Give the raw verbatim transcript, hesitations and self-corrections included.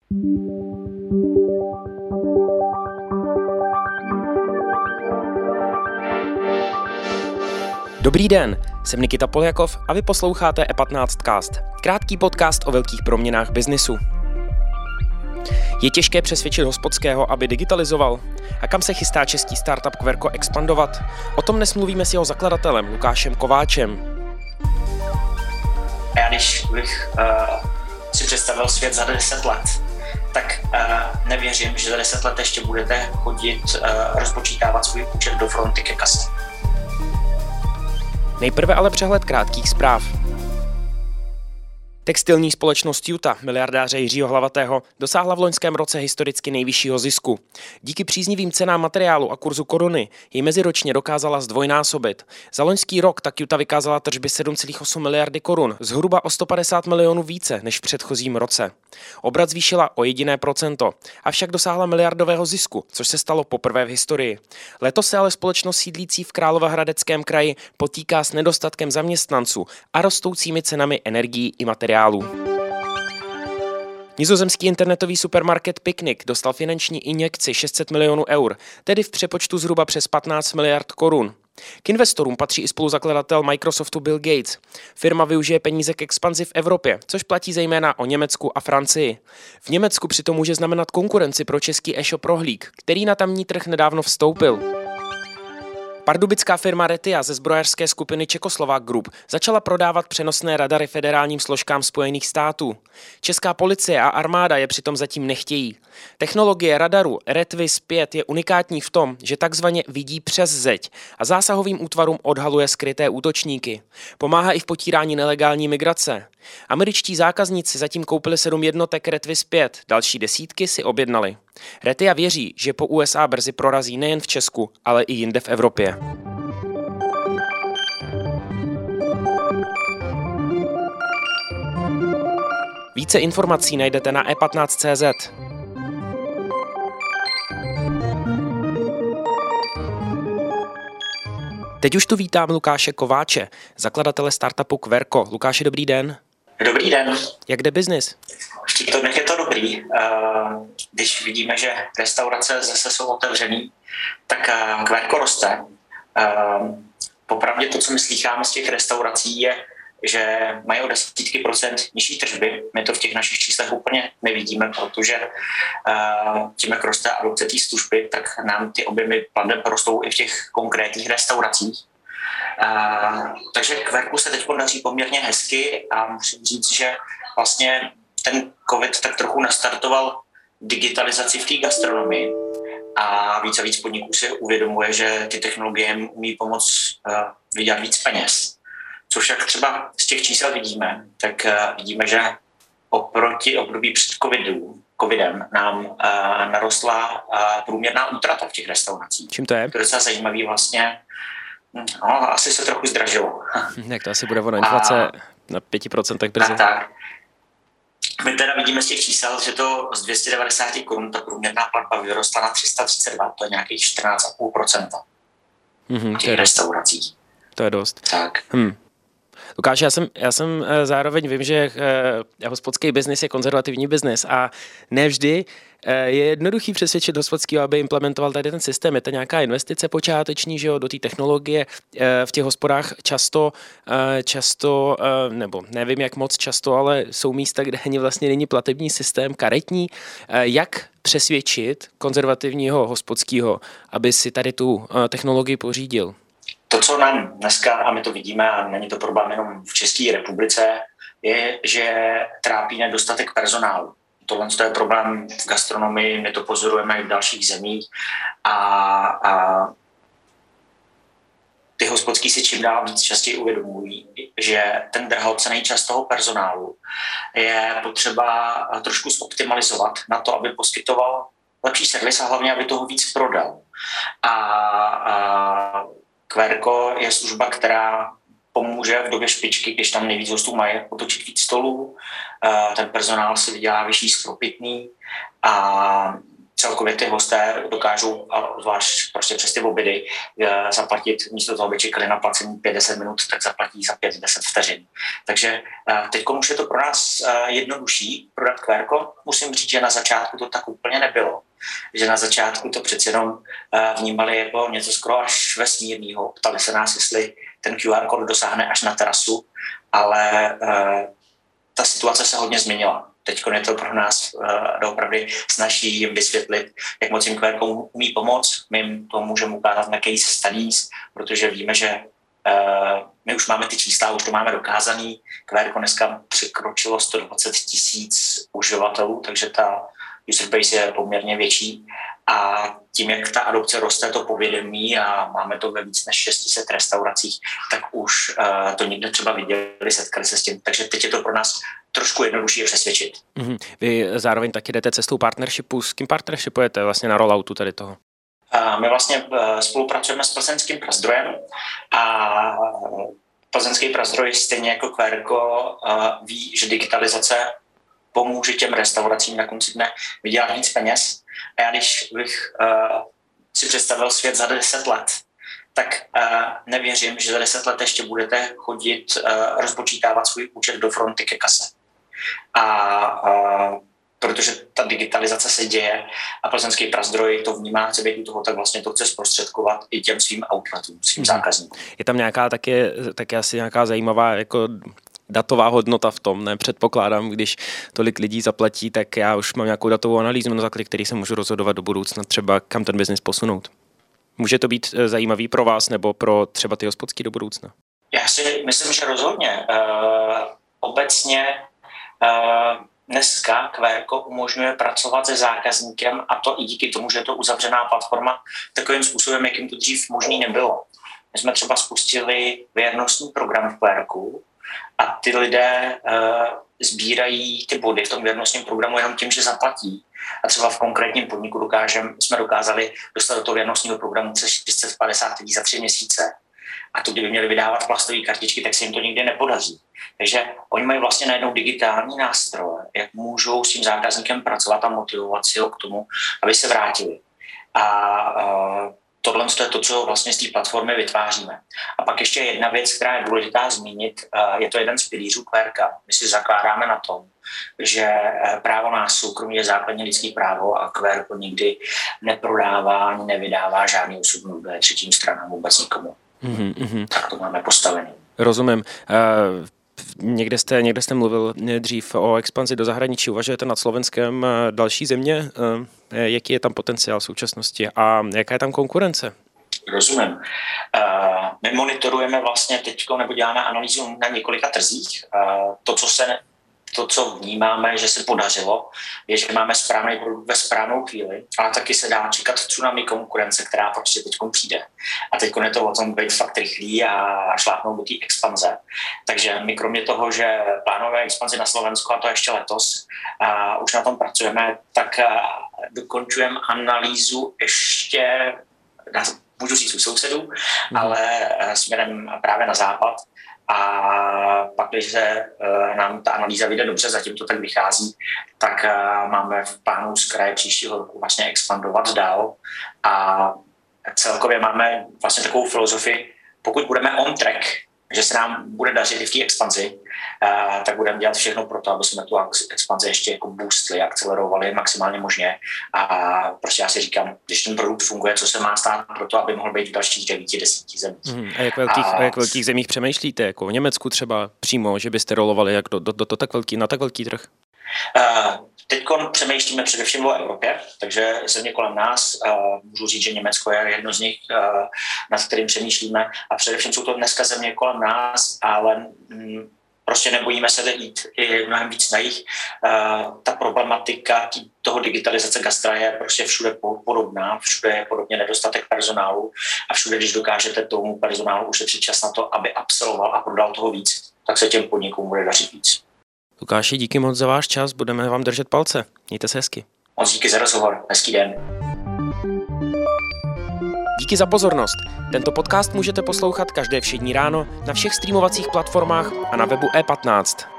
Dobrý den, jsem Nikita Poljakov a vy posloucháte E patnáct Cast, krátký podcast o velkých proměnách biznisu. Je těžké přesvědčit Hospodského, aby digitalizoval? A kam se chystá český startup Querco expandovat? O tom dnes mluvíme s jeho zakladatelem Lukášem Kováčem. Já když bych uh, si představil svět za deset let, tak uh, nevěřím, že za deset let ještě budete chodit uh, rozpočítávat svůj účet do fronty ke kase. Nejprve ale přehled krátkých zpráv. Textilní společnost Utah miliardáře Jiřího Hlavatého dosáhla v loňském roce historicky nejvyššího zisku. Díky příznivým cenám materiálu a kurzu koruny jej meziročně dokázala zdvojnásobit. Za loňský rok tak Utah vykázala tržby sedm celá osm miliardy korun, zhruba o sto padesát milionů více než v předchozím roce. Obrat zvýšila o jediné procento, avšak dosáhla miliardového zisku, což se stalo poprvé v historii. Letos se ale společnost sídlící v Královéhradeckém kraji potýká s nedostatkem zaměstnanců a rostoucími cenami energií i materiálů. Nizozemský internetový supermarket Picnic dostal finanční injekci šest set milionů eur, tedy v přepočtu zhruba přes patnáct miliard korun. K investorům patří i spoluzakladatel Microsoftu Bill Gates. Firma využije peníze k expanzi v Evropě, což platí zejména o Německu a Francii. V Německu přitom může znamenat konkurenci pro český e-shop Rohlík, který na tamní trh nedávno vstoupil. Pardubická firma Retia ze zbrojařské skupiny Czechoslovak Group začala prodávat přenosné radary federálním složkám Spojených států. Česká policie a armáda je přitom zatím nechtějí. Technologie radaru RedWiz pět je unikátní v tom, že takzvaně vidí přes zeď a zásahovým útvarům odhaluje skryté útočníky. Pomáhá i v potírání nelegální migrace. Američtí zákazníci zatím koupili sedm jednotek RedWiz pět, další desítky si objednali. Retia věří, že po U S A brzy prorazí nejen v Česku, ale i jinde v Evropě. Více informací najdete na e patnáct tečka cé zet. Teď už tu vítám Lukáše Kováče, zakladatele startupu Querco. Lukáši, dobrý den. Dobrý den. Jak jde biznis? V těchto dnech je to dobrý. Když vidíme, že restaurace zase jsou otevřený, tak Querco roste. Popravdě to, co my slýcháme z těch restaurací, je, že mají o desítky procent nižší tržby. My to v těch našich číslech úplně nevidíme, protože tím, jak roste adopce té služby, tak nám ty objemy plateb rostou i v těch konkrétních restauracích. Uh, takže Quercu se teď daří poměrně hezky a musím říct, že vlastně ten covid tak trochu nastartoval digitalizaci v té gastronomii a víc a víc podniků si uvědomuje, že ty technologie jim umí pomoct uh, vydělat víc peněz. Což jak třeba z těch čísel vidíme, tak uh, vidíme, že oproti období před covidu, covidem nám uh, narostla uh, průměrná útrata v těch restauracích. Čím to je? To je docela zajímavý vlastně. No, asi se trochu zdražilo. Jak to asi bude ono, inflace a, na pět procent tak brzy? Tak, tak. My teda vidíme z těch čísel, že to z dvě stě devadesát korun ta průměrná platba vyrostla na tři sta třicet dva, to je nějakých čtrnáct celá pět procenta mm-hmm, těch restaurací. To je dost. Tak. Hmm. Lukáš, já jsem, já jsem zároveň vím, že hospodský biznis je konzervativní biznis a nevždy je jednoduchý přesvědčit hospodského, aby implementoval tady ten systém. Je to nějaká investice počáteční, že jo, do té technologie v těch hospodách často, často, nebo nevím jak moc často, ale jsou místa, kde ani vlastně není platební systém karetní. Jak přesvědčit konzervativního hospodského, aby si tady tu technologii pořídil? To, co nám dneska, a my to vidíme, a není to problém jenom v České republice, je, že trápí nedostatek personálu. Tohle je problém v gastronomii, my to pozorujeme i v dalších zemích a, a ty hospodský si čím dál víc častěji uvědomují, že ten drahocenný čas toho personálu je potřeba trošku zoptimalizovat na to, aby poskytoval lepší servis a hlavně, aby toho víc prodal. A, a Querco je služba, která pomůže v době špičky, když tam nejvíc hostů mají, otočit víc stolů, ten personál si vydělá vyšší skropitný a celkově ty hosté dokážou, zvlášť prostě přes ty obědy, zaplatit, místo toho, aby čekali na placení pět deset minut, tak zaplatí za pět deset vteřin. Takže teď už je to pro nás jednodušší prodat Q R kód. Musím říct, že na začátku to tak úplně nebylo. Že na začátku to přece jenom vnímali jako něco skoro až vesmírného. Ptali se nás, jestli ten Q R kód dosáhne až na terasu, ale ta situace se hodně změnila. Teď je to pro nás uh, doopravdy snaží jim vysvětlit, jak moc jim Q R kód umí pomoct. My jim to můžeme ukázat na case studies, protože víme, že uh, my už máme ty čísla, už to máme dokázaný. Q R kód dneska překročilo sto dvacet tisíc uživatelů, takže ta user base je poměrně větší. A tím, jak ta adopce roste, to povědomí a máme to ve víc než šest set restauracích, tak už uh, to někde třeba viděli, setkali se s tím. Takže teď je to pro nás trošku jednodušší je přesvědčit. Mm-hmm. Vy zároveň taky jdete cestou partnershipu. S kým partnershipujete vlastně na rolloutu tady toho? Uh, my vlastně uh, spolupracujeme s plzeňským Prazdrojem a plzeňský Prazdroj stejně jako Q R kód uh, ví, že digitalizace pomůže těm restauracím na konci dne vydělat víc peněz. A já když bych uh, si představil svět za deset let, tak uh, nevěřím, že za deset let ještě budete chodit uh, rozpočítávat svůj účet do fronty ke kase. A uh, protože ta digitalizace se děje a plzeňský Prazdroj to vnímá, chce být u toho, tak vlastně to chce zprostředkovat i těm svým outletům, svým zákazníkům. Je tam nějaká taky, taky asi nějaká zajímavá jako datová hodnota v tom, ne? Předpokládám, když tolik lidí zaplatí, tak já už mám nějakou datovou analýzu, na základě který se můžu rozhodovat do budoucna třeba kam ten biznis posunout. Může to být zajímavý pro vás nebo pro třeba ty hospodský do budoucna? Já si myslím, že rozhodně. Uh, obecně uh, dneska Q R kód umožňuje pracovat se zákazníkem a to i díky tomu, že je to uzavřená platforma takovým způsobem, jakým to dřív možný nebylo. My jsme třeba spustili věrnostní program v Q R kódu a ty lidé uh, sbírají ty body v tom věrnostním programu jenom tím, že zaplatí. A třeba v konkrétním podniku dokážem, jsme dokázali dostat do toho věrnostního programu přes šest set padesát lidí za tři měsíce. A to, kdyby měli vydávat plastové kartičky, tak se jim to nikdy nepodaří. Takže oni mají vlastně najednou digitální nástroje, jak můžou s tím zákazníkem pracovat a motivovat si ho k tomu, aby se vrátili. A uh, tohle je to, co vlastně z té platformy vytváříme. A pak ještě jedna věc, která je důležitá zmínit, je to jeden z pilířů Q R kódu. My si zakládáme na tom, že právo na soukromí je základní lidský právo a Q R kód nikdy neprodává ani nevydává žádný osobní údaje třetím stranám vůbec nikomu. Mm-hmm. Tak to máme postavený. Rozumím. Uh... Někde jste, někde jste mluvil dřív o expanzi do zahraničí. Uvažujete nad Slovenskem další země? Jaký je tam potenciál v současnosti a jaká je tam konkurence? Rozumím. My monitorujeme vlastně teď, nebo děláme analýzu na několika trzích. To, co se To, co vnímáme, že se podařilo, je, že máme správný produkt ve správnou chvíli, ale taky se dá čekat tsunami konkurence, která prostě teď přijde. A teď je to o tom být fakt rychlý a šlápnout do té expanze. Takže my kromě toho, že plánujeme expanzi na Slovensku, a to ještě letos, a už na tom pracujeme, tak dokončujeme analýzu ještě, můžu říct u sousedů, mm. ale směrem právě na západ. A pak, když se uh, nám ta analýza vyjde dobře, zatím to tak vychází, tak uh, máme v plánu z kraje příštího roku vlastně expandovat dál. A celkově máme vlastně takovou filozofii, pokud budeme on track, že se nám bude dařit i v té expanzi, uh, tak budeme dělat všechno pro to, aby jsme tu expanzi ještě jako boostli, akcelerovali maximálně možně. A prostě já si říkám, když ten produkt funguje, co se má stát pro to, aby mohl být v dalších devíti, desíti zemích. Mm, a jak velkých, a... a jak velkých zemích přemýšlíte? Jako v Německu třeba přímo, že byste rolovali jak do, do, do, do tak velký, na tak velký trh? Uh, Teď přemýšlíme především o Evropě, takže země kolem nás, uh, můžu říct, že Německo je jedno z nich, uh, nad kterým přemýšlíme a především jsou to dneska země kolem nás, ale mm, prostě nebojíme se jít i mnohem víc na jich. Uh, ta problematika tí, toho digitalizace gastra je prostě všude podobná, všude je podobně nedostatek personálu a všude, když dokážete tomu personálu ušetřit čas na to, aby absolvoval a prodal toho víc, tak se těm podnikům bude dařit víc. Lukáši, díky moc za váš čas, budeme vám držet palce. Mějte se hezky. Moc díky za rozhovor, hezký den. Díky za pozornost. Tento podcast můžete poslouchat každé všední ráno na všech streamovacích platformách a na webu E patnáct.